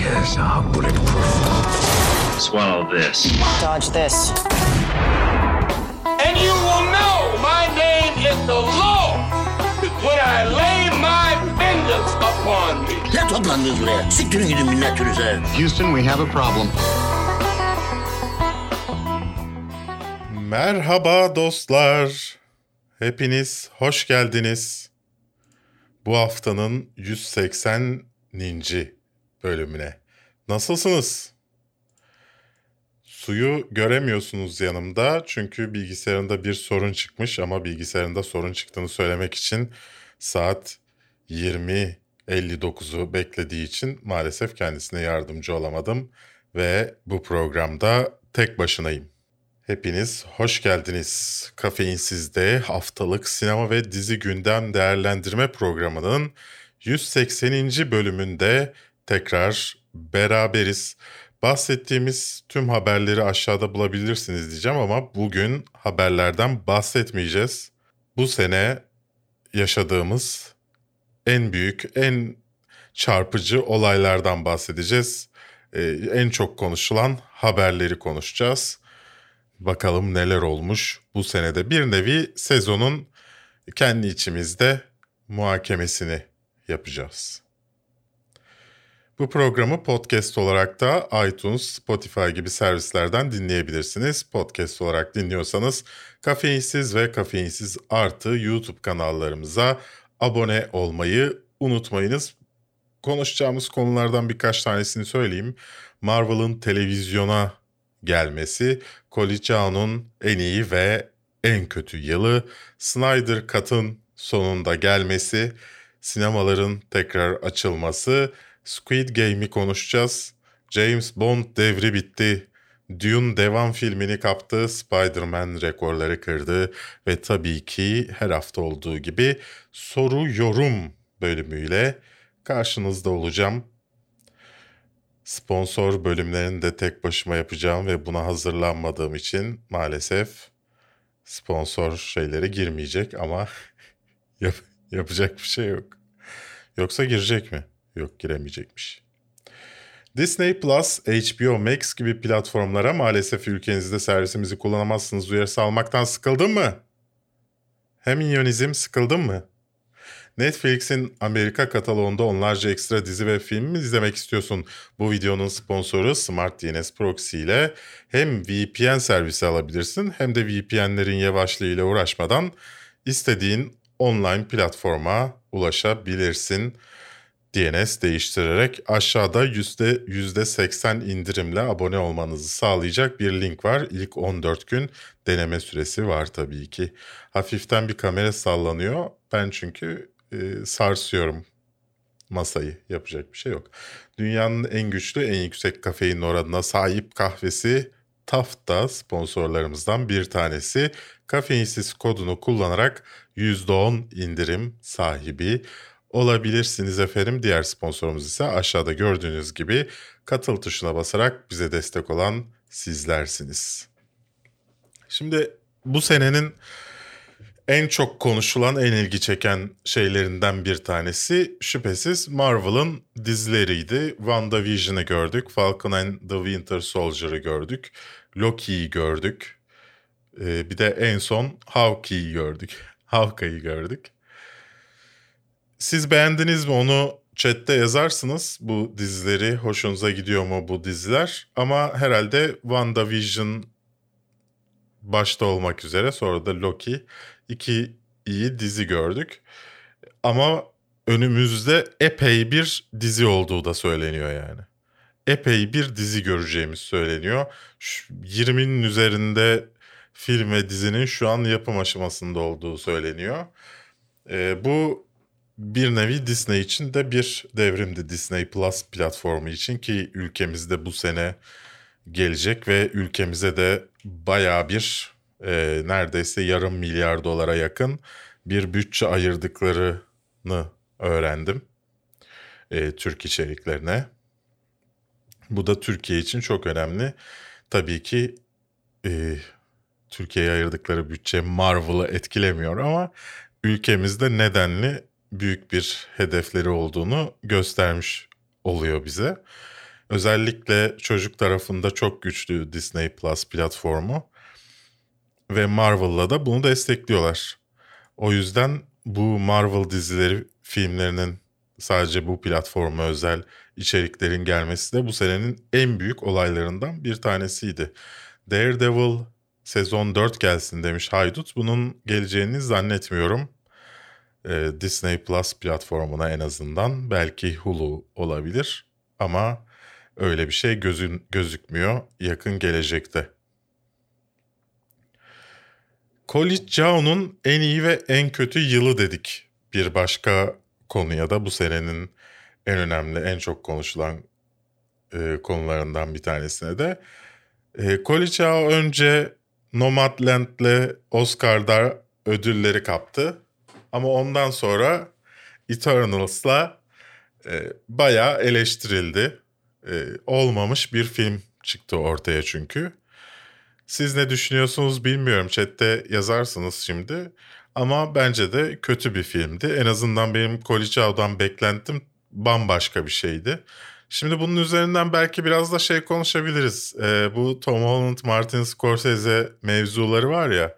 ideas are bulletproof. Swallow this. Dodge this. And you will know my name is the Lord when I lay my vengeance upon me. Ne toplandınız buraya? Siktirin gidin millet türüse. Houston, we have a problem. Merhaba dostlar. Hepiniz hoş geldiniz. Bu haftanın 180. bölümüne. Nasılsınız? Suyu göremiyorsunuz yanımda çünkü bilgisayarında bir sorun çıkmış ama bilgisayarında sorun çıktığını söylemek için saat 20.59'u beklediği için maalesef kendisine yardımcı olamadım ve bu programda tek başınayım. Hepiniz hoş geldiniz. Kafeinsiz'de haftalık sinema ve dizi gündem değerlendirme programının 180. bölümünde tekrar beraberiz. Bahsettiğimiz tüm haberleri aşağıda bulabilirsiniz diyeceğim ama bugün haberlerden bahsetmeyeceğiz. Bu sene yaşadığımız en büyük, en çarpıcı olaylardan bahsedeceğiz. En çok konuşulan haberleri konuşacağız. Bakalım neler olmuş bu senede. Bir nevi sezonun kendi içimizde muhakemesini yapacağız. Bu programı podcast olarak da iTunes, Spotify gibi servislerden dinleyebilirsiniz. Podcast olarak dinliyorsanız Kafeinsiz ve Kafeinsiz Artı YouTube kanallarımıza abone olmayı unutmayınız. Konuşacağımız konulardan birkaç tanesini söyleyeyim. Marvel'ın televizyona gelmesi, Collegiano'nun en iyi ve en kötü yılı, Snyder Cut'ın sonunda gelmesi, sinemaların tekrar açılması, Squid Game'i konuşacağız, James Bond devri bitti, Dune devam filmini kaptı, Spider-Man rekorları kırdı ve tabii ki her hafta olduğu gibi soru yorum bölümüyle karşınızda olacağım. Sponsor bölümlerini de tek başıma yapacağım ve buna hazırlanmadığım için maalesef sponsor şeylere girmeyecek ama yapacak bir şey yok. Yoksa girecek mi? Yok, giremeyecekmiş. Disney Plus, HBO Max gibi platformlara maalesef ülkenizde servisimizi kullanamazsınız uyarısı almaktan sıkıldın mı? Heminyonizm sıkıldın mı? Netflix'in Amerika kataloğunda onlarca ekstra dizi ve film mi izlemek istiyorsun? Bu videonun sponsoru Smart DNS Proxy ile hem VPN servisi alabilirsin hem de VPN'lerin yavaşlığıyla uğraşmadan istediğin online platforma ulaşabilirsin. DNS değiştirerek aşağıda %80 indirimle abone olmanızı sağlayacak bir link var. İlk 14 gün deneme süresi var tabii ki. Hafiften bir kamera sallanıyor. Ben çünkü sarsıyorum masayı. Yapacak bir şey yok. Dünyanın en güçlü, en yüksek kafein oranına sahip kahvesi Taft'ta sponsorlarımızdan bir tanesi. Kafeinsiz kodunu kullanarak %10 indirim sahibi olabilirsiniz efendim. Diğer sponsorumuz ise aşağıda gördüğünüz gibi katıl tuşuna basarak bize destek olan sizlersiniz. Şimdi bu senenin en çok konuşulan, en ilgi çeken şeylerinden bir tanesi şüphesiz Marvel'ın dizileriydi. WandaVision'ı gördük, Falcon and the Winter Soldier'ı gördük, Loki'yi gördük. Bir de en son Hawkeye'yi gördük. Siz beğendiniz mi onu chatte yazarsınız, bu dizileri hoşunuza gidiyor mu bu diziler? Ama herhalde WandaVision başta olmak üzere sonra da Loki, 2 iyi dizi gördük. Ama önümüzde epey bir dizi olduğu da söyleniyor yani. Epey bir dizi göreceğimiz söyleniyor. 20'nin üzerinde film ve dizinin şu an yapım aşamasında olduğu söyleniyor. Bu bir nevi Disney için de bir devrimdi. Disney Plus platformu için ki ülkemizde bu sene gelecek ve ülkemize de bayağı bir neredeyse yarım milyar dolara yakın bir bütçe ayırdıklarını öğrendim Türk içeriklerine. Bu da Türkiye için çok önemli. Tabii ki Türkiye'ye ayırdıkları bütçe Marvel'ı etkilemiyor ama ülkemizde nedenli büyük bir hedefleri olduğunu göstermiş oluyor bize. özellikle çocuk tarafında çok güçlü Disney Plus platformu ve Marvel'la da bunu destekliyorlar. O yüzden bu Marvel dizileri, filmlerinin sadece bu platforma özel içeriklerin gelmesi de bu senenin en büyük olaylarından bir tanesiydi. Daredevil sezon 4 gelsin demiş Haydut. Bunun geleceğini zannetmiyorum. Disney Plus platformuna en azından. Belki Hulu olabilir ama öyle bir şey gözükmüyor yakın gelecekte. College Zhao'nun en iyi ve en kötü yılı dedik. Bir başka konuya da bu senenin en önemli, en çok konuşulan konularından bir tanesine de. College Zhao önce Nomadland'le Oscar'da ödülleri kaptı. Ama ondan sonra Eternals'la bayağı eleştirildi. Olmamış bir film çıktı ortaya çünkü. Siz ne düşünüyorsunuz bilmiyorum. Chat'te yazarsınız şimdi. Ama bence de kötü bir filmdi. En azından benim College Zhao'dan beklentim bambaşka bir şeydi. Şimdi bunun üzerinden belki biraz da şey konuşabiliriz. Bu Tom Holland, Martin Scorsese mevzuları var ya.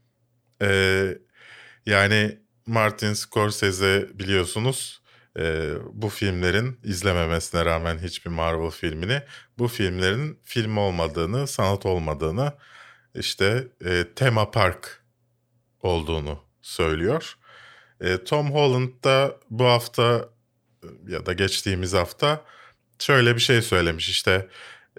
Yani Martin Scorsese biliyorsunuz bu filmlerin izlememesine rağmen hiçbir Marvel filmini, bu filmlerin film olmadığını, sanat olmadığını, işte tema park olduğunu söylüyor. Tom Holland da bu hafta ya da geçtiğimiz hafta şöyle bir şey söylemiş işte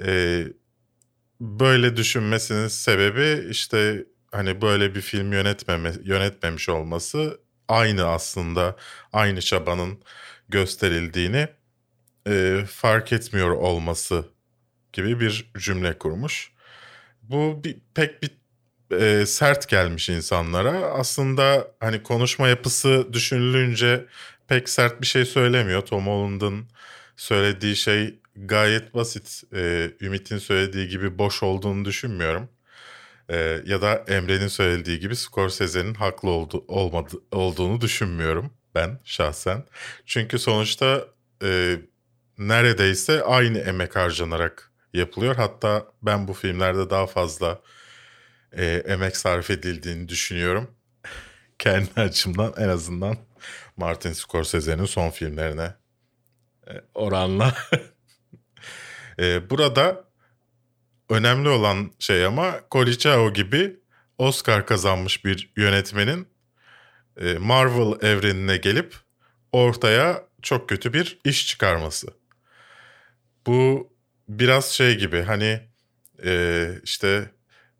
böyle düşünmesinin sebebi işte hani böyle bir film yönetmemiş olması aynı aslında aynı çabanın gösterildiğini fark etmiyor olması gibi bir cümle kurmuş. Bu pek bir sert gelmiş insanlara. Aslında hani konuşma yapısı düşünülünce pek sert bir şey söylemiyor. Tom Holland'ın söylediği şey gayet basit. Ümit'in söylediği gibi boş olduğunu düşünmüyorum. Ya da Emre'nin söylediği gibi Scorsese'nin haklı olduğunu düşünmüyorum ben şahsen. Çünkü sonuçta neredeyse aynı emek harcanarak yapılıyor. Hatta ben bu filmlerde daha fazla emek sarf edildiğini düşünüyorum. Kendi açımdan en azından Martin Scorsese'nin son filmlerine oranla. Burada önemli olan şey ama College Zhao gibi Oscar kazanmış bir yönetmenin Marvel evrenine gelip ortaya çok kötü bir iş çıkarması. Bu biraz şey gibi hani işte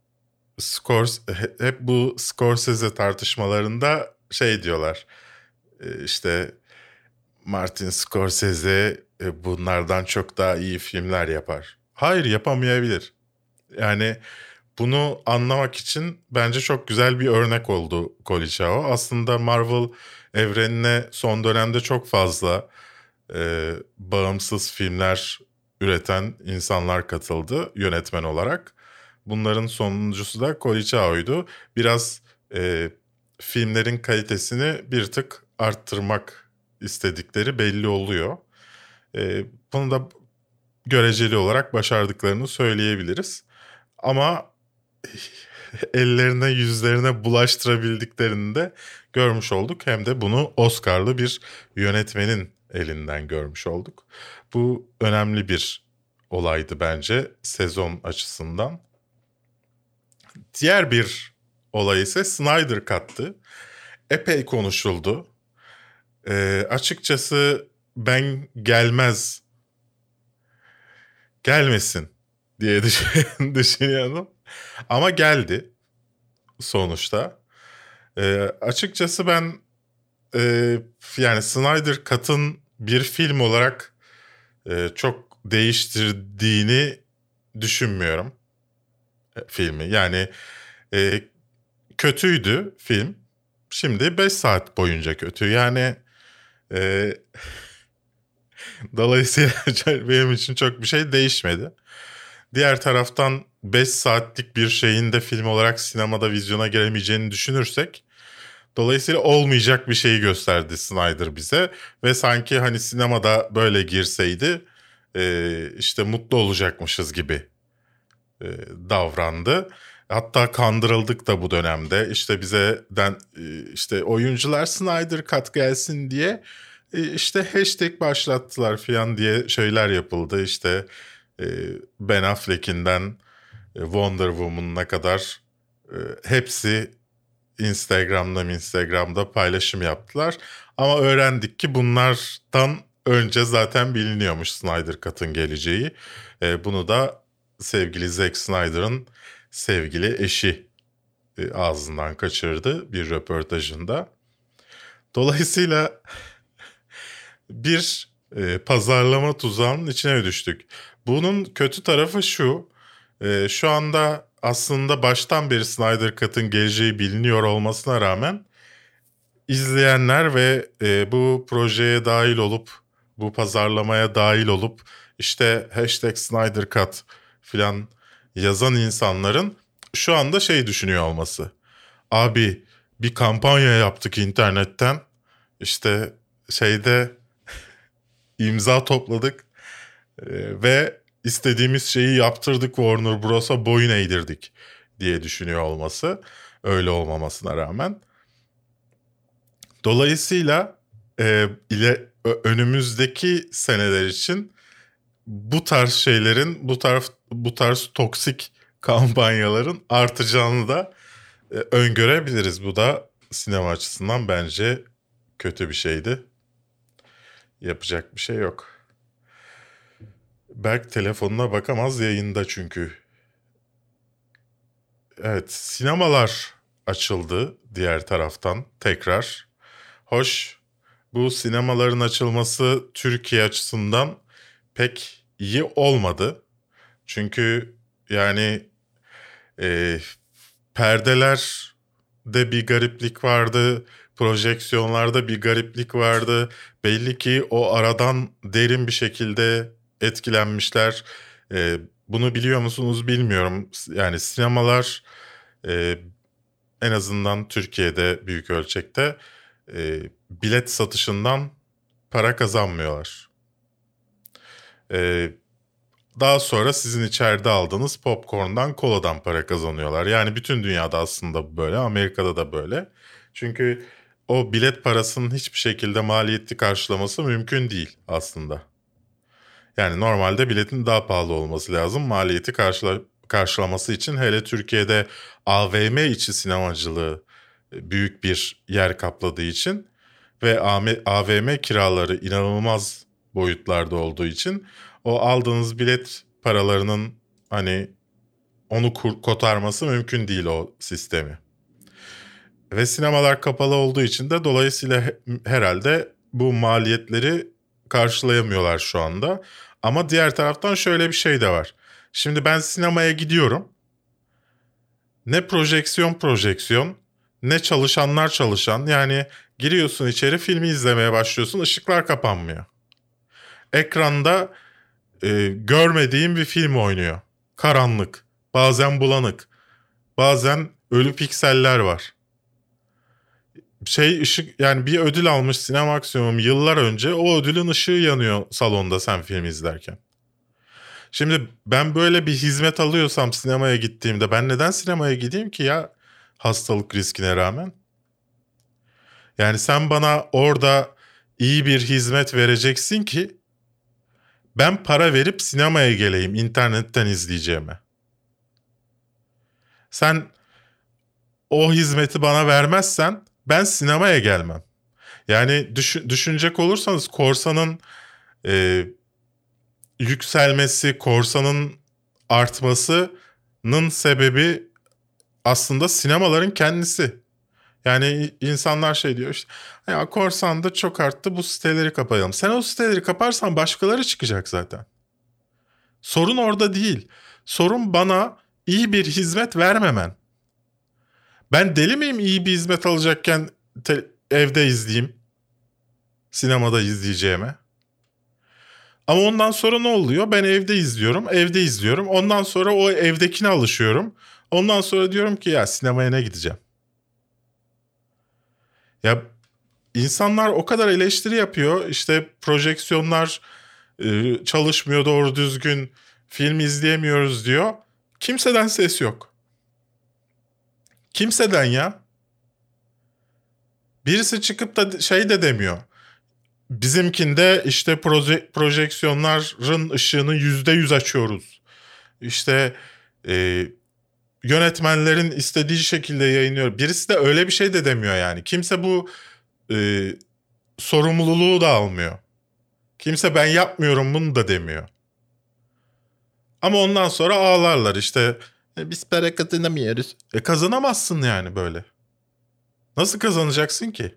hep bu Scorsese tartışmalarında şey diyorlar. İşte Martin Scorsese bunlardan çok daha iyi filmler yapar. Hayır, yapamayabilir. Yani bunu anlamak için bence çok güzel bir örnek oldu College Zhao. Aslında Marvel evrenine son dönemde çok fazla bağımsız filmler üreten insanlar katıldı yönetmen olarak. Bunların sonuncusu da College Zhao'ydu. Biraz filmlerin kalitesini bir tık arttırmak istedikleri belli oluyor. Bunu da göreceli olarak başardıklarını söyleyebiliriz. Ama ellerine yüzlerine bulaştırabildiklerini de görmüş olduk. Hem de bunu Oscar'lı bir yönetmenin elinden görmüş olduk. Bu önemli bir olaydı bence sezon açısından. Diğer bir olay ise Snyder Cut'tı. Epey konuşuldu. Açıkçası ben gelmesin diye düşünüyordum. Ama geldi sonuçta. Açıkçası ben yani Snyder Cut'ın bir film olarak çok değiştirdiğini düşünmüyorum filmi. Yani kötüydü film. Şimdi 5 saat boyunca kötü. Yani dolayısıyla benim için çok bir şey değişmedi. Diğer taraftan 5 saatlik bir şeyin de film olarak sinemada vizyona giremeyeceğini düşünürsek dolayısıyla olmayacak bir şeyi gösterdi Snyder bize ve sanki hani sinemada böyle girseydi işte mutlu olacakmışız gibi davrandı. Hatta kandırıldık da bu dönemde. İşte işte oyuncular Snyder Cut gelsin diye işte hashtag başlattılar falan diye şeyler yapıldı. İşte Ben Affleck'inden Wonder Woman'ına kadar hepsi Instagram'da paylaşım yaptılar. Ama öğrendik ki bunlardan önce zaten biliniyormuş Snyder Cut'ın geleceği. Bunu da sevgili Zack Snyder'ın sevgili eşi ağzından kaçırdı bir röportajında. Dolayısıyla bir pazarlama tuzağının içine düştük. Bunun kötü tarafı şu. Şu anda aslında baştan beri Snyder Cut'ın geleceği biliniyor olmasına rağmen izleyenler ve bu projeye dahil olup, bu pazarlamaya dahil olup işte hashtag Snyder Cut falan yazan insanların şu anda şey düşünüyor olması. Abi bir kampanya yaptık internetten, işte imza topladık ve istediğimiz şeyi yaptırdık, Warner Bros'a boyun eğdirdik diye düşünüyor olması, öyle olmamasına rağmen. Dolayısıyla önümüzdeki seneler için bu tarz şeylerin, bu tarz toksik kampanyaların artacağını da öngörebiliriz. Bu da sinema açısından bence kötü bir şeydi. Yapacak bir şey yok. Berk telefonuna bakamaz, yayında çünkü. Evet, sinemalar açıldı diğer taraftan tekrar. Hoş, bu sinemaların açılması Türkiye açısından pek iyi olmadı. Çünkü yani perdelerde bir gariplik vardı, projeksiyonlarda bir gariplik vardı. Belli ki o aradan derin bir şekilde etkilenmişler. Bunu biliyor musunuz bilmiyorum. Yani sinemalar en azından Türkiye'de büyük ölçekte bilet satışından para kazanmıyorlar. Daha sonra sizin içeride aldığınız popcorn'dan, koladan para kazanıyorlar. Yani bütün dünyada aslında böyle, Amerika'da da böyle. Çünkü o bilet parasının hiçbir şekilde maliyeti karşılaması mümkün değil aslında. Yani normalde biletin daha pahalı olması lazım maliyeti karşılaması için. Hele Türkiye'de AVM içi sinemacılığı büyük bir yer kapladığı için ve AVM kiraları inanılmaz boyutlarda olduğu için o aldığınız bilet paralarının hani onu kotarması mümkün değil o sistemi. Ve sinemalar kapalı olduğu için de dolayısıyla herhalde bu maliyetleri karşılayamıyorlar şu anda. Ama diğer taraftan şöyle bir şey de var. Şimdi ben sinemaya gidiyorum. Ne projeksiyon, ne çalışan. Yani giriyorsun içeri, filmi izlemeye başlıyorsun, ışıklar kapanmıyor. Ekranda görmediğim bir film oynuyor. Karanlık, bazen bulanık, bazen ölü pikseller var. Işık, yani bir ödül almış Sinemaksimum yıllar önce, o ödülün ışığı yanıyor salonda sen film izlerken. Şimdi ben böyle bir hizmet alıyorsam sinemaya gittiğimde, ben neden sinemaya gideyim ki ya, hastalık riskine rağmen? Yani sen bana orada iyi bir hizmet vereceksin ki ben para verip sinemaya geleyim internetten izleyeceğime. Sen o hizmeti bana vermezsen ben sinemaya gelmem. Yani düşünecek olursanız korsanın yükselmesi, korsanın artmasının sebebi aslında sinemaların kendisi. Yani insanlar şey diyor işte, ya korsan da çok arttı, bu siteleri kapayalım. Sen o siteleri kaparsan başkaları çıkacak zaten. Sorun orada değil. Sorun bana iyi bir hizmet vermemen. Ben deli miyim iyi bir hizmet alacakken evde izleyeyim, sinemada izleyeceğime? Ama ondan sonra ne oluyor? Ben evde izliyorum. Ondan sonra o evdekine alışıyorum. Ondan sonra diyorum ki ya sinemaya ne gideceğim? Ya insanlar o kadar eleştiri yapıyor. İşte projeksiyonlar çalışmıyor doğru düzgün, film izleyemiyoruz diyor. Kimseden ses yok. Kimseden ya. Birisi çıkıp da şey de demiyor. Bizimkinde işte projeksiyonların ışığını %100 açıyoruz. İşte yönetmenlerin istediği şekilde yayınlıyor. Birisi de öyle bir şey de demiyor yani. Kimse bu sorumluluğu da almıyor. Kimse ben yapmıyorum bunu da demiyor. Ama ondan sonra ağlarlar işte. Biz para kazanamıyoruz. Kazanamazsın yani böyle. Nasıl kazanacaksın ki?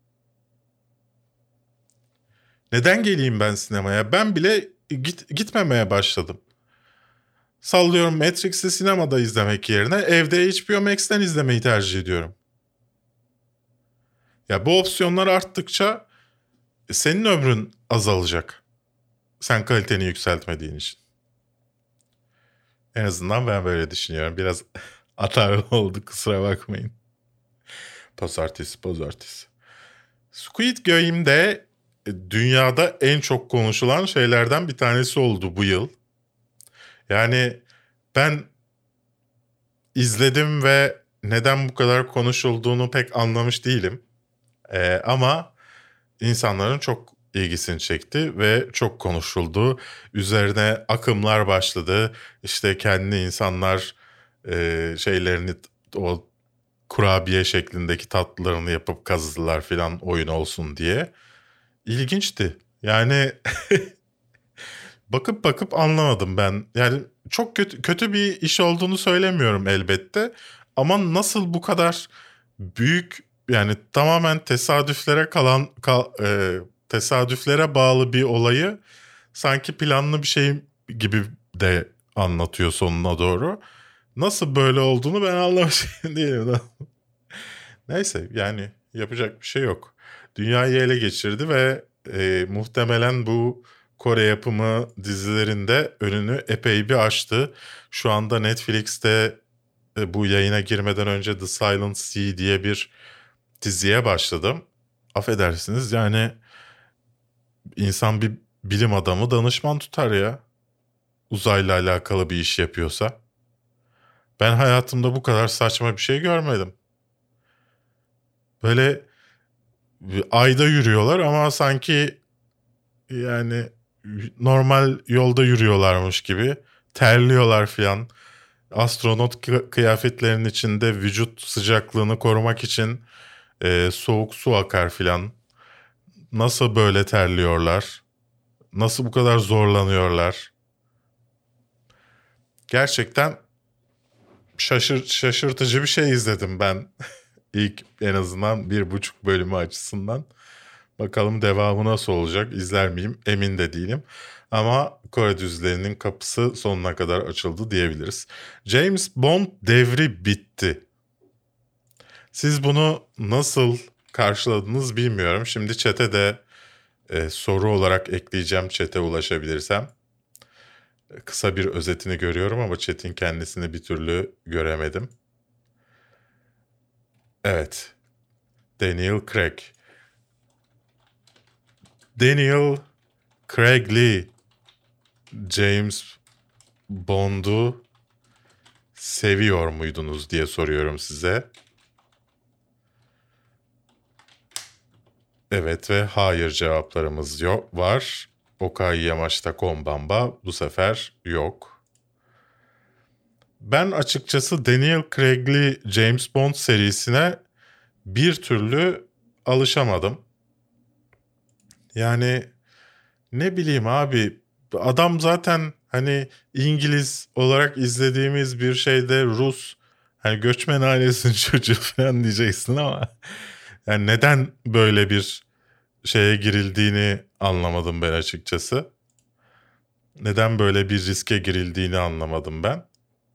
Neden geleyim ben sinemaya? Ben bile gitmemeye başladım. Sallıyorum, Matrix'i sinemada izlemek yerine evde HBO Max'ten izlemeyi tercih ediyorum. Ya bu opsiyonlar arttıkça senin ömrün azalacak. Sen kaliteni yükseltmediğin için. En azından ben böyle düşünüyorum. Biraz atarlı oldu, kusura bakmayın. Pazartesi. Squid Game'de dünyada en çok konuşulan şeylerden bir tanesi oldu bu yıl. Yani ben izledim ve neden bu kadar konuşulduğunu pek anlamış değilim. Ama insanların çok ilgisini çekti ve çok konuşuldu. Üzerine akımlar başladı. İşte kendi insanlar şeylerini, o kurabiye şeklindeki tatlılarını yapıp kazıdılar filan, oyun olsun diye. İlginçti. Yani bakıp anlamadım ben. Yani çok kötü bir iş olduğunu söylemiyorum elbette. Ama nasıl bu kadar büyük, yani tamamen tesadüflere bağlı bir olayı sanki planlı bir şey gibi de anlatıyor sonuna doğru. Nasıl böyle olduğunu ben anlamış değilim. Neyse, yani yapacak bir şey yok. Dünyayı ele geçirdi ve muhtemelen bu Kore yapımı dizilerinde önünü epey bir açtı. Şu anda Netflix'te bu yayına girmeden önce The Silent Sea diye bir diziye başladım. Affedersiniz yani, insan bir bilim adamı danışman tutar ya. Uzayla alakalı bir iş yapıyorsa. Ben hayatımda bu kadar saçma bir şey görmedim. Böyle ayda yürüyorlar ama sanki yani normal yolda yürüyorlarmış gibi. Terliyorlar filan. Astronot kıyafetlerinin içinde vücut sıcaklığını korumak için soğuk su akar filan. Nasıl böyle terliyorlar? Nasıl bu kadar zorlanıyorlar? Gerçekten şaşırtıcı bir şey izledim ben. İlk en azından 1,5 bölümü açısından. Bakalım devamı nasıl olacak, izler miyim emin de değilim. Ama Kore dizilerinin kapısı sonuna kadar açıldı diyebiliriz. James Bond devri bitti. Siz bunu nasıl karşıladınız bilmiyorum. Şimdi chat'e de soru olarak ekleyeceğim, chat'e ulaşabilirsem. Kısa bir özetini görüyorum ama chat'in kendisini bir türlü göremedim. Evet. Daniel Craig Lee James Bond'u seviyor muydunuz diye soruyorum size. Evet ve hayır cevaplarımız var. Okai Yamashita Konbanba bu sefer yok. Ben açıkçası Daniel Craig Lee James Bond serisine bir türlü alışamadım. Yani ne bileyim abi, adam zaten hani İngiliz olarak izlediğimiz bir şeyde Rus, hani göçmen ailesinin çocuğu falan diyeceksin ama yani neden böyle bir şeye girildiğini anlamadım ben açıkçası. Neden böyle bir riske girildiğini anlamadım ben.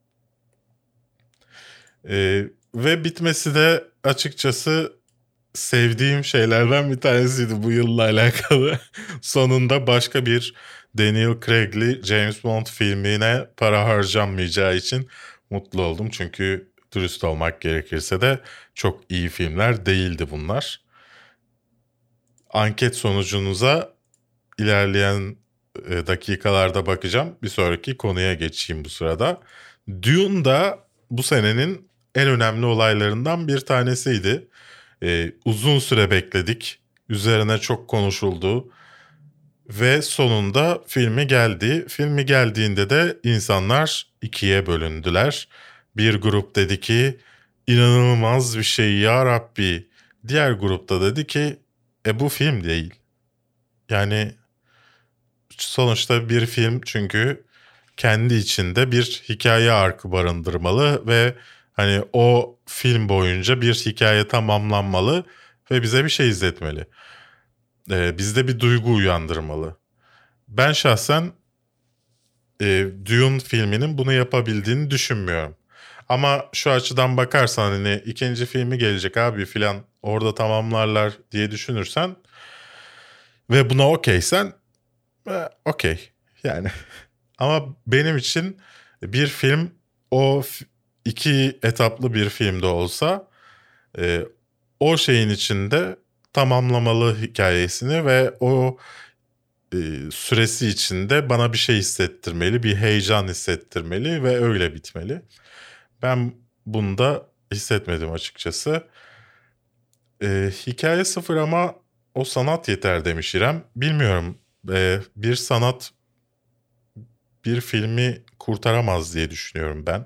Ve bitmesi de açıkçası sevdiğim şeylerden bir tanesiydi bu yılla alakalı. Sonunda başka bir Daniel Craig'li James Bond filmine para harcanmayacağı için mutlu oldum. Çünkü dürüst olmak gerekirse de çok iyi filmler değildi bunlar. Anket sonucunuza ilerleyen dakikalarda bakacağım. Bir sonraki konuya geçeyim bu sırada. Dune da bu senenin en önemli olaylarından bir tanesiydi. Uzun süre bekledik. Üzerine çok konuşuldu. Ve sonunda filmi geldi. Filmi geldiğinde de insanlar ikiye bölündüler. Bir grup dedi ki inanılmaz bir şey ya Rabbi. Diğer grupta dedi ki bu film değil. Yani sonuçta bir film çünkü kendi içinde bir hikaye arkı barındırmalı ve hani o film boyunca bir hikaye tamamlanmalı ve bize bir şey izletmeli. Bizde bir duygu uyandırmalı. Ben şahsen Dune filminin bunu yapabildiğini düşünmüyorum. Ama şu açıdan bakarsan hani ikinci filmi gelecek abi filan orada tamamlarlar diye düşünürsen ve buna okeysen okey yani. Ama benim için bir film iki etaplı bir filmde olsa o şeyin içinde tamamlamalı hikayesini ve o süresi içinde bana bir şey hissettirmeli, bir heyecan hissettirmeli ve öyle bitmeli. Ben bunu da hissetmedim açıkçası. Hikaye sıfır ama o sanat yeter demiş İrem. Bilmiyorum, bir sanat bir filmi kurtaramaz diye düşünüyorum ben.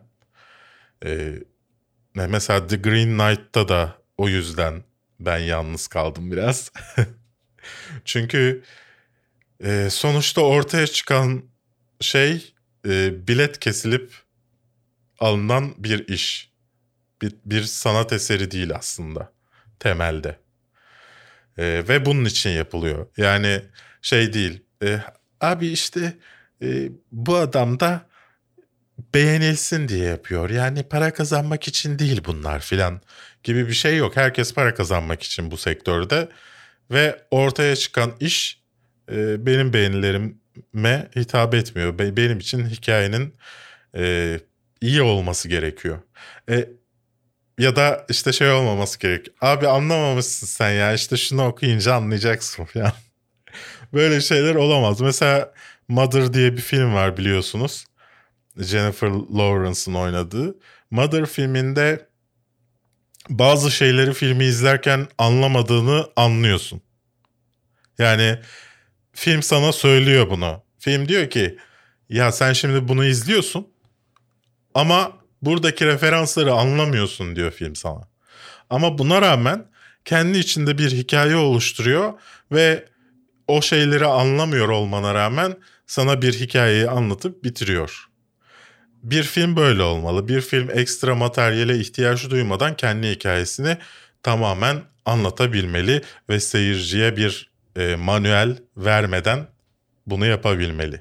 Mesela The Green Knight'ta da o yüzden ben yalnız kaldım biraz. Çünkü sonuçta ortaya çıkan şey bilet kesilip alınan bir iş. Bir sanat eseri değil aslında temelde. Ve bunun için yapılıyor. Yani şey değil. Abi işte bu adam da beğenilsin diye yapıyor. Yani para kazanmak için değil bunlar filan gibi bir şey yok. Herkes para kazanmak için bu sektörde. Ve ortaya çıkan iş benim beğenilerime hitap etmiyor. Benim için hikayenin iyi olması gerekiyor. Ya da işte şey olmaması gerek. Abi anlamamışsın sen ya işte şunu okuyunca anlayacaksın falan. Böyle şeyler olamaz. Mesela Mother diye bir film var biliyorsunuz. Jennifer Lawrence'ın oynadığı. Mother filminde bazı şeyleri filmi izlerken anlamadığını anlıyorsun. Yani film sana söylüyor bunu. Film diyor ki ya sen şimdi bunu izliyorsun ama buradaki referansları anlamıyorsun diyor film sana. Ama buna rağmen kendi içinde bir hikaye oluşturuyor ve o şeyleri anlamıyor olmana rağmen sana bir hikayeyi anlatıp bitiriyor. Bir film böyle olmalı. Bir film ekstra materyale ihtiyaç duymadan kendi hikayesini tamamen anlatabilmeli ve seyirciye bir manuel vermeden bunu yapabilmeli.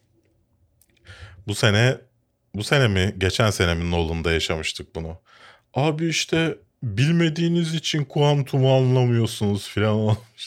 Bu sene mi geçen sene mi Nolan'da yaşamıştık bunu. Abi işte bilmediğiniz için kuantumu anlamıyorsunuz filan olmuş.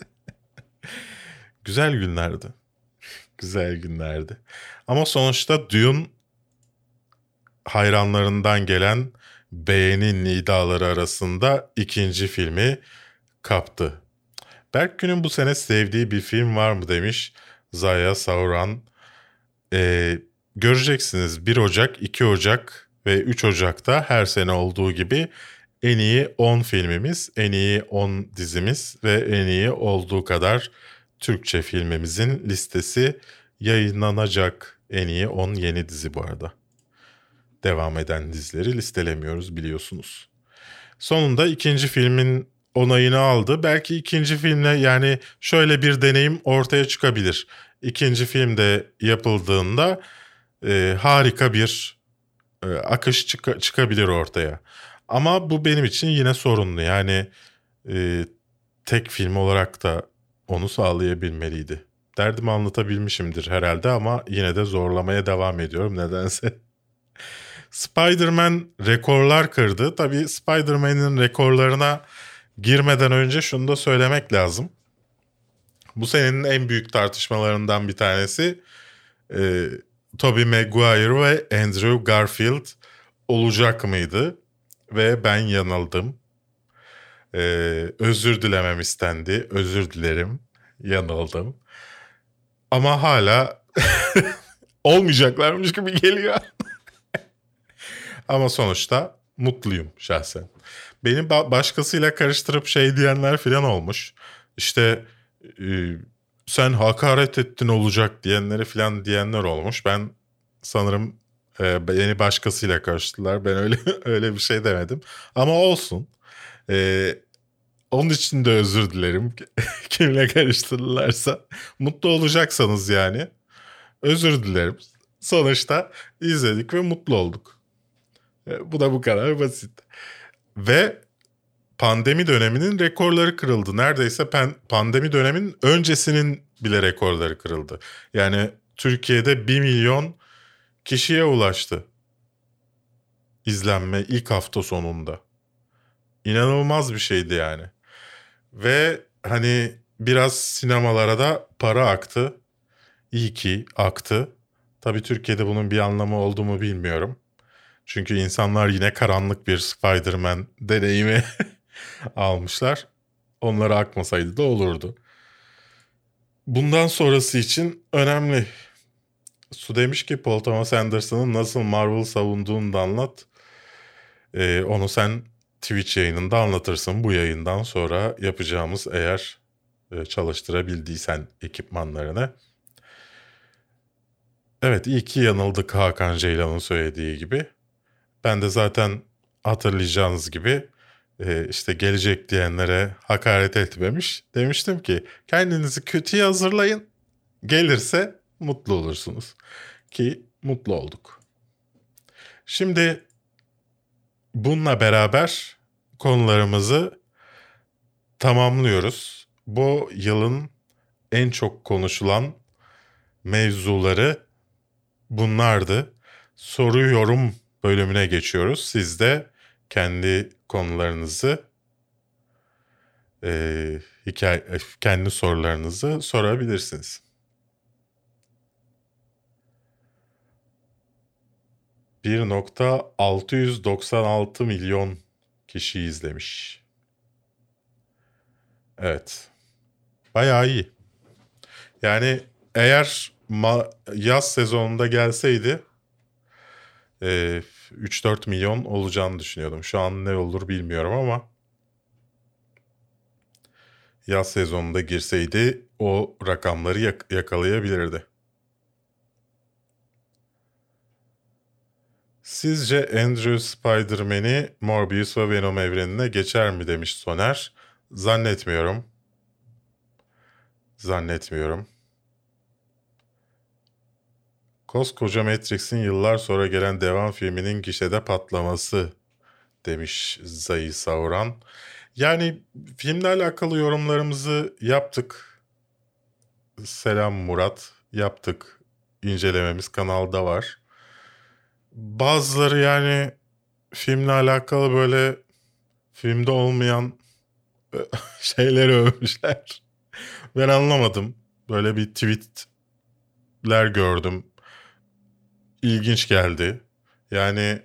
Güzel günlerdi. Güzel günlerdi. Ama sonuçta Dune hayranlarından gelen beğeni nidaları arasında ikinci filmi kaptı. Berkgün'ün bu sene sevdiği bir film var mı demiş Zaya Sauran. Göreceksiniz 1 Ocak, 2 Ocak ve 3 Ocak'ta her sene olduğu gibi en iyi 10 filmimiz, en iyi 10 dizimiz ve en iyi olduğu kadar Türkçe filmimizin listesi yayınlanacak. En iyi 10 yeni dizi bu arada. Devam eden dizileri listelemiyoruz biliyorsunuz. Sonunda ikinci filmin onayını aldı. Belki ikinci filmle yani şöyle bir deneyim ortaya çıkabilir. İkinci filmde yapıldığında harika bir akış çıkabilir ortaya. Ama bu benim için yine sorunlu. Yani tek film olarak da onu sağlayabilmeliydi. Derdimi anlatabilmişimdir herhalde ama yine de zorlamaya devam ediyorum nedense. Spider-Man rekorlar kırdı. Tabii Spider-Man'in rekorlarına girmeden önce şunu da söylemek lazım. Bu senenin en büyük tartışmalarından bir tanesi Tobey Maguire ve Andrew Garfield olacak mıydı? Ve ben yanıldım. Özür dilemem istendi. Özür dilerim. Yanıldım. Ama hala olmayacaklarmış gibi geliyor. Ama sonuçta mutluyum şahsen. Beni başkasıyla karıştırıp şey diyenler falan olmuş. İşte sen hakaret ettin olacak diyenleri falan diyenler olmuş. Ben sanırım beni başkasıyla karıştırdılar. Ben öyle öyle bir şey demedim. Ama olsun. E, Onun için de özür dilerim. Kimle karıştırdılarsa. Mutlu olacaksanız yani. Özür dilerim. Sonuçta izledik ve mutlu olduk. Bu da bu kadar basit. Ve pandemi döneminin rekorları kırıldı. Neredeyse pandemi döneminin öncesinin bile rekorları kırıldı. Yani Türkiye'de 1 milyon kişiye ulaştı izlenme ilk hafta sonunda. İnanılmaz bir şeydi yani. Ve hani biraz sinemalara da para aktı. İyi ki aktı. Tabii Türkiye'de bunun bir anlamı oldu mu bilmiyorum. Çünkü insanlar yine karanlık bir Spider-Man deneyimi almışlar. Onlara akmasaydı da olurdu. Bundan sonrası için önemli. Su demiş ki Paul Thomas Anderson'ın nasıl Marvel savunduğunu da anlat. Onu sen Twitch yayınında anlatırsın. Bu yayından sonra yapacağımız eğer çalıştırabildiysen ekipmanlarını. Evet, iyi ki yanıldık Hakan Ceylan'ın söylediği gibi. Ben de zaten hatırlayacağınız gibi işte gelecek diyenlere hakaret etmemiş. Demiştim ki kendinizi kötüye hazırlayın. Gelirse mutlu olursunuz. Ki mutlu olduk. Şimdi bununla beraber konularımızı tamamlıyoruz. Bu yılın en çok konuşulan mevzuları bunlardı. Soru yorum bölümüne geçiyoruz. Siz de kendi konularınızı, kendi sorularınızı sorabilirsiniz. 1,696 milyon kişi izlemiş. Evet. Bayağı iyi. Yani eğer yaz sezonunda gelseydi 3-4 milyon olacağını düşünüyordum. Şu an ne olur bilmiyorum ama yaz sezonunda girseydi o rakamları yakalayabilirdi. Sizce Andrew Spider-Man'i Morbius ve Venom evrenine geçer mi demiş Soner. Zannetmiyorum. Koskoca Matrix'in yıllar sonra gelen devam filminin gişede patlaması demiş Zayi Sauran. Yani filmle alakalı yorumlarımızı yaptık. Selam Murat. Yaptık. İncelememiz kanalda var. Bazıları yani filmle alakalı böyle filmde olmayan şeyleri övmüşler. Ben anlamadım. Böyle bir tweetler gördüm. İlginç geldi. Yani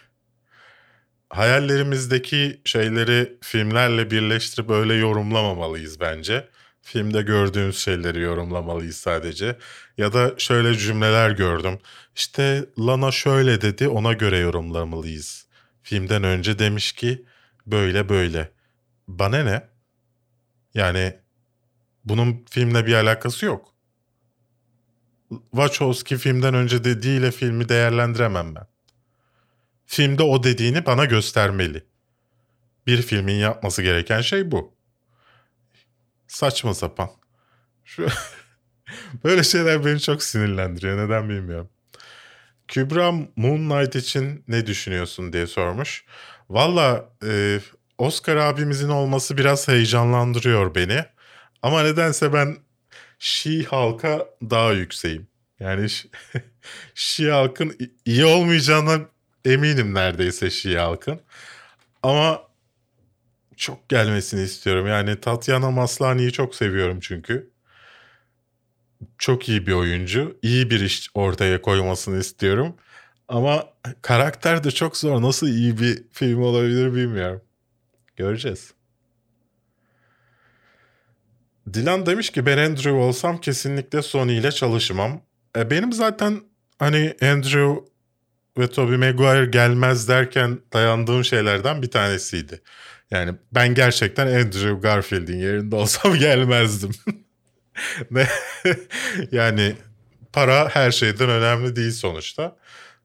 hayallerimizdeki şeyleri filmlerle birleştirip öyle yorumlamamalıyız bence. Filmde gördüğümüz şeyleri yorumlamalıyız sadece. Ya da şöyle cümleler gördüm. İşte Lana şöyle dedi, ona göre yorumlamalıyız. Filmden önce demiş ki böyle böyle. Bana ne? Yani bunun filmle bir alakası yok. Wachowski filmden önce dediğiyle filmi değerlendiremem ben. Filmde o dediğini bana göstermeli. Bir filmin yapması gereken şey bu. Saçma sapan. Şu böyle şeyler beni çok sinirlendiriyor. Neden bilmiyorum. Kübra Moon Knight için ne düşünüyorsun diye sormuş. Valla Oscar abimizin olması biraz heyecanlandırıyor beni. Ama nedense ben She-Hulk'a daha yükseğim. Yani She-Hulk'ın iyi olmayacağına eminim neredeyse She-Hulk'ın. Ama çok gelmesini istiyorum. Yani Tatiana Maslany'yi çok seviyorum çünkü. Çok iyi bir oyuncu. İyi bir iş ortaya koymasını istiyorum. Ama karakter de çok zor. Nasıl iyi bir film olabilir bilmiyorum. Göreceğiz. Dilan demiş ki ben Andrew olsam kesinlikle Sony ile çalışmam. Benim zaten hani Andrew ve Tobey Maguire gelmez derken dayandığım şeylerden bir tanesiydi. Yani ben gerçekten Andrew Garfield'in yerinde olsam gelmezdim. Ne? Yani para her şeyden önemli değil sonuçta.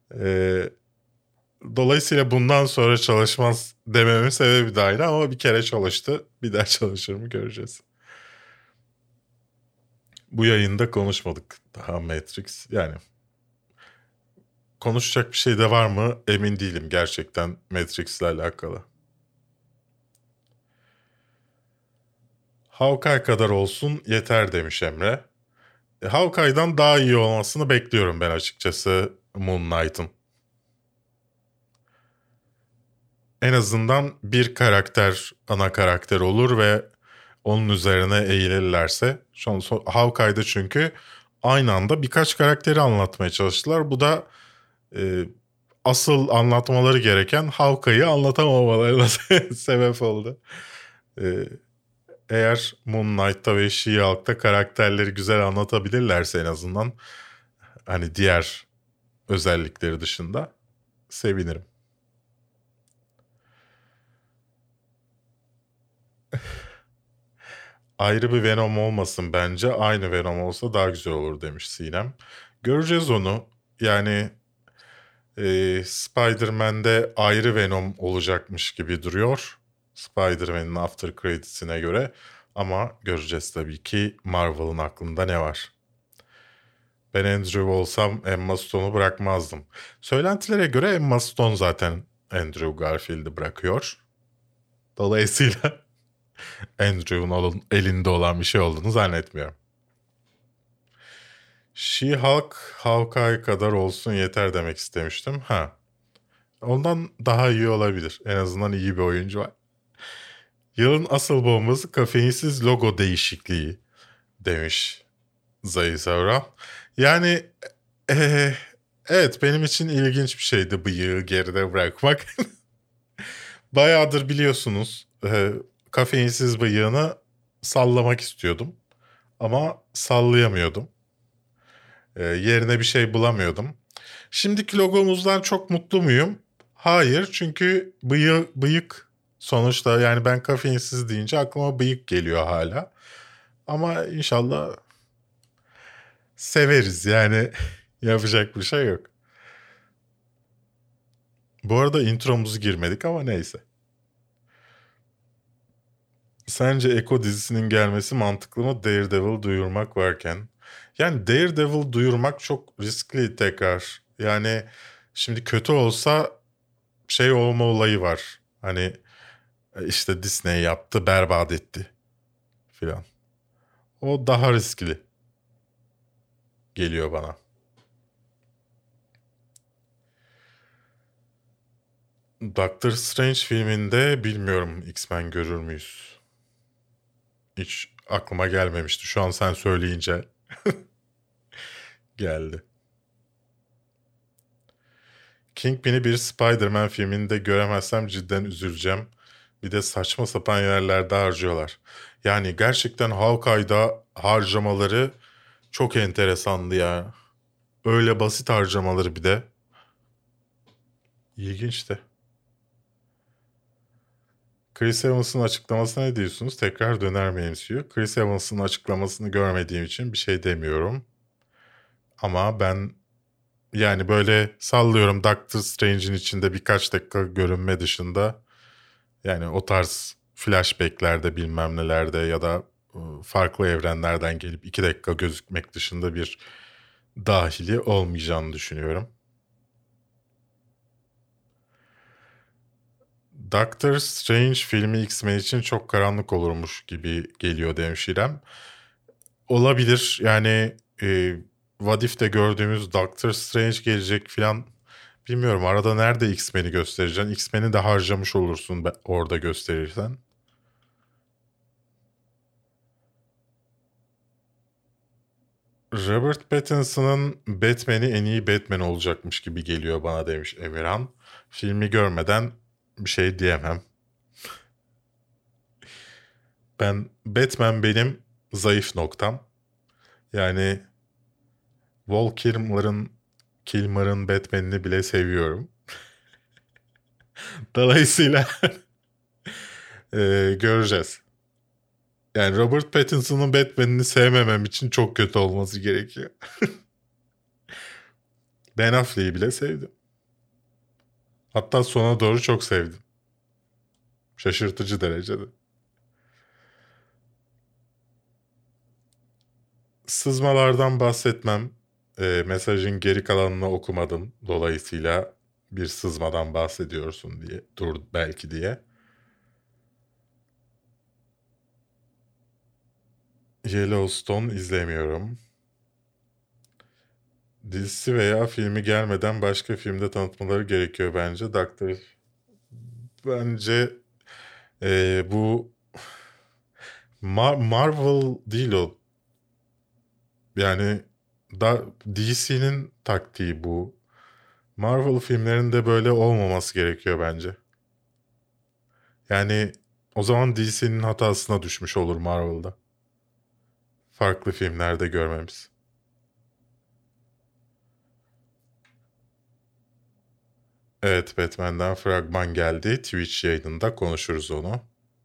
Dolayısıyla bundan sonra çalışmaz dememin sebebi de aynı ama bir kere çalıştı. Bir daha çalışır mı göreceğiz. Bu yayında konuşmadık daha Matrix. Yani konuşacak bir şey de var mı emin değilim gerçekten Matrix'le alakalı. Hawkeye kadar olsun yeter demiş Emre. Hawkeye'dan daha iyi olmasını bekliyorum ben açıkçası Moon Knight'ın. En azından bir karakter ana karakter olur ve onun üzerine eğilirlerse. Hawkeye'da çünkü aynı anda birkaç karakteri anlatmaya çalıştılar. Bu da asıl anlatmaları gereken Hawkeye'yi anlatamamalarına sebep oldu. Eğer Moon Knight'ta ve She-Hulk'ta karakterleri güzel anlatabilirlerse en azından hani diğer özellikleri dışında sevinirim. Ayrı bir Venom olmasın bence. Aynı Venom olsa daha güzel olur demiş Sinem. Göreceğiz onu. Yani Spider-Man'de ayrı Venom olacakmış gibi duruyor. Spider-Man'in after credits'ine göre. Ama göreceğiz tabii ki Marvel'ın aklında ne var. Ben Andrew olsam Emma Stone'u bırakmazdım. Söylentilere göre Emma Stone zaten Andrew Garfield'i bırakıyor. Dolayısıyla Andrew'un elinde olan bir şey olduğunu zannetmiyorum. She-Hulk, Hawkeye kadar olsun yeter demek istemiştim. Ondan daha iyi olabilir. En azından iyi bir oyuncu var. Yılın asıl bombası kafeinsiz logo değişikliği demiş Zayı Savran. Yani evet benim için ilginç bir şeydi bıyığı geride bırakmak. Bayağıdır biliyorsunuz kafeinsiz bıyığını sallamak istiyordum. Ama sallayamıyordum. Yerine bir şey bulamıyordum. Şimdiki logomuzdan çok mutlu muyum? Hayır, çünkü bıyık sonuçta yani ben kafeinsiz deyince aklıma bıyık geliyor hala. Ama inşallah severiz yani yapacak bir şey yok. Bu arada intromuzu girmedik ama neyse. Sence Echo dizisinin gelmesi mantıklı mı Daredevil duyurmak varken? Yani Daredevil duyurmak çok riskli tekrar. Yani şimdi kötü olsa şey olma olayı var. Hani işte Disney yaptı, berbat etti filan. O daha riskli geliyor bana. Doctor Strange filminde bilmiyorum X-Men görür müyüz? Hiç aklıma gelmemişti. Şu an sen söyleyince geldi. Kingpin'i bir Spider-Man filminde göremezsem cidden üzüleceğim. Bir de saçma sapan yerlerde harcıyorlar. Yani gerçekten Hawkeye'da harcamaları çok enteresandı ya. Öyle basit harcamaları bir de. İlginçti. Chris Evans'ın açıklamasına ne diyorsunuz? Tekrar döner mi MCU? Chris Evans'ın açıklamasını görmediğim için bir şey demiyorum. Ama ben yani böyle sallıyorum Doctor Strange'in içinde birkaç dakika görünme dışında yani o tarz flashbacklerde bilmem nelerde ya da farklı evrenlerden gelip 2 dakika gözükmek dışında bir dahili olmayacağını düşünüyorum. Doctor Strange filmi X-Men için çok karanlık olurmuş gibi geliyor demiş İrem. Olabilir yani What If'te gördüğümüz Doctor Strange gelecek falan bilmiyorum. Arada nerede X-Men'i göstereceksin? X-Men'i de harcamış olursun orada gösterirsen. Robert Pattinson'ın Batman'i en iyi Batman olacakmış gibi geliyor bana demiş Emirhan. Filmi görmeden bir şey diyemem. Batman benim zayıf noktam. Yani Val Kilmer'ın Batman'ini bile seviyorum. Dolayısıyla göreceğiz. Yani Robert Pattinson'ın Batman'ini sevmemem için çok kötü olması gerekiyor. Ben Affleck'i bile sevdim. Hatta sona doğru çok sevdim. Şaşırtıcı derecede. Sızmalardan bahsetmem. Mesajın geri kalanını okumadım. Dolayısıyla bir sızmadan bahsediyorsun diye. Dur belki diye. Yellowstone izlemiyorum. Dizisi veya filmi gelmeden başka filmde tanıtmaları gerekiyor bence. Bence bu Marvel değil o. Yani DC'nin taktiği bu. Marvel filmlerinde böyle olmaması gerekiyor bence. Yani o zaman DC'nin hatasına düşmüş olur Marvel'da. Farklı filmlerde görmemiz. Evet, Batman'den fragman geldi. Twitch yayınında konuşuruz onu.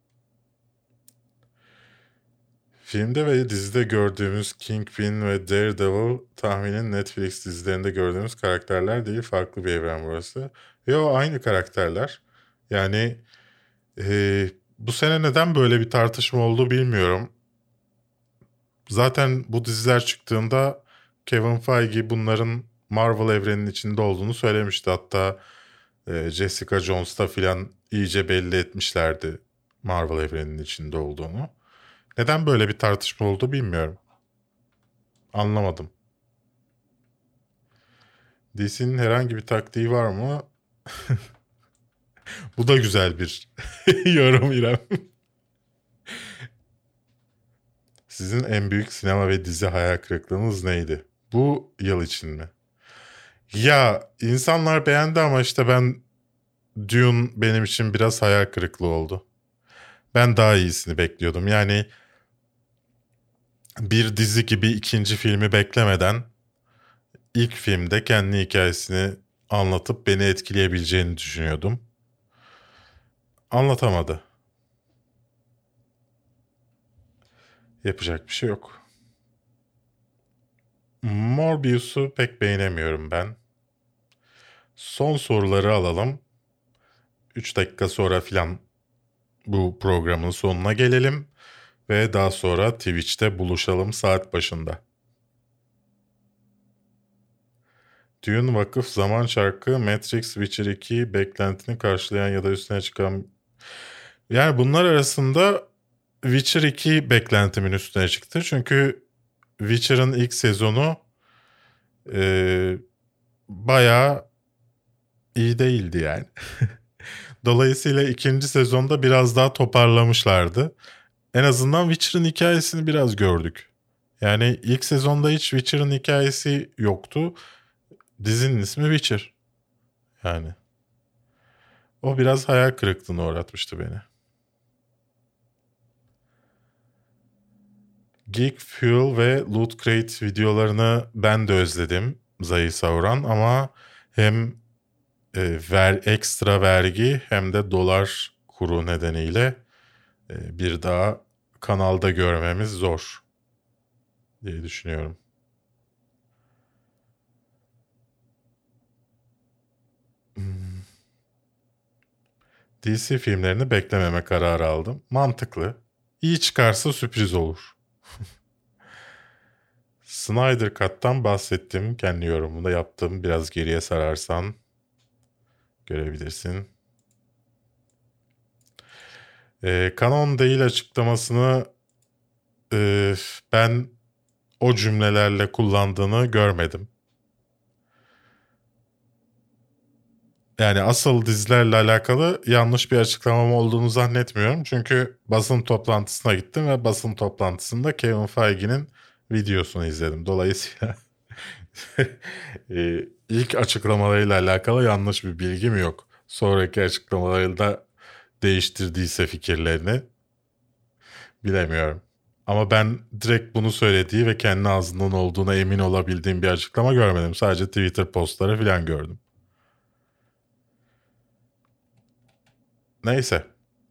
Filmde ve dizide gördüğümüz Kingpin ve Daredevil tahminin Netflix dizilerinde gördüğümüz karakterler değil. Farklı bir evren burası. Yo, aynı karakterler. Yani bu sene neden böyle bir tartışma oldu bilmiyorum. Zaten bu diziler çıktığında Kevin Feige bunların Marvel evreninin içinde olduğunu söylemişti. Hatta Jessica Jones'ta filan iyice belli etmişlerdi Marvel evreninin içinde olduğunu. Neden böyle bir tartışma oldu bilmiyorum. Anlamadım. DC'nin herhangi bir taktiği var mı? Bu da güzel bir yorum İrem. Sizin en büyük sinema ve dizi hayal kırıklığınız neydi? Bu yıl için mi? Ya insanlar beğendi ama işte Dune benim için biraz hayal kırıklığı oldu. Ben daha iyisini bekliyordum. Yani bir dizi gibi ikinci filmi beklemeden ilk filmde kendi hikayesini anlatıp beni etkileyebileceğini düşünüyordum. Anlatamadı. Yapacak bir şey yok. Morbius'u pek beğenemiyorum ben. Son soruları alalım. 3 dakika sonra filan bu programın sonuna gelelim. Ve daha sonra Twitch'te buluşalım saat başında. Dune, Vakıf, Zaman Çarkı, Matrix, Witcher 2 beklentini karşılayan ya da üstüne çıkan... Yani bunlar arasında Witcher 2 beklentimin üstüne çıktı. Çünkü Witcher'ın ilk sezonu bayağı iyi değildi yani. Dolayısıyla ikinci sezonda biraz daha toparlamışlardı. En azından Witcher'ın hikayesini biraz gördük. Yani ilk sezonda hiç Witcher'ın hikayesi yoktu. Dizinin ismi Witcher. Yani. O biraz hayal kırıklığına uğratmıştı beni. Geek Fuel ve Loot Crate videolarını ben de özledim. Zayı savuran ama hem ekstra vergi hem de dolar kuru nedeniyle bir daha kanalda görmemiz zor diye düşünüyorum. DC filmlerini beklememe kararı aldım. Mantıklı. İyi çıkarsa sürpriz olur. Snyder Cut'tan bahsettim. Kendi yorumumda yaptım. Biraz geriye sararsan görebilirsin. Kanon değil açıklamasını ben o cümlelerle kullandığını görmedim. Yani asıl dizilerle alakalı yanlış bir açıklamam olduğunu zannetmiyorum. Çünkü basın toplantısına gittim ve basın toplantısında Kevin Feige'nin videosunu izledim. Dolayısıyla ilk açıklamalarıyla alakalı yanlış bir bilgim yok. Sonraki açıklamalarıyla değiştirdiyse fikirlerini bilemiyorum. Ama ben direkt bunu söylediği ve kendi ağzından olduğuna emin olabildiğim bir açıklama görmedim. Sadece Twitter postları falan gördüm. Neyse.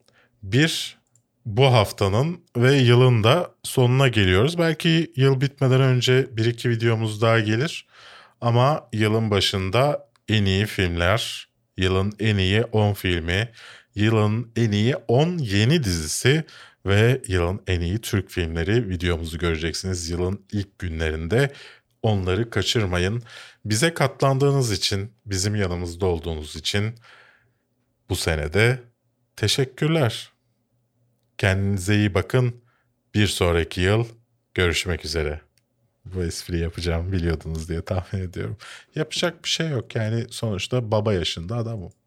Bu haftanın ve yılın da sonuna geliyoruz. Belki yıl bitmeden önce 1-2 videomuz daha gelir. Ama yılın başında en iyi filmler, yılın en iyi 10 filmi, yılın en iyi 10 yeni dizisi ve yılın en iyi Türk filmleri videomuzu göreceksiniz yılın ilk günlerinde. Onları kaçırmayın. Bize katlandığınız için, bizim yanımızda olduğunuz için bu senede teşekkürler. Kendinize iyi bakın. Bir sonraki yıl görüşmek üzere. Bu espri yapacağımı biliyordunuz diye tahmin ediyorum. Yapacak bir şey yok. Yani sonuçta baba yaşında adamım.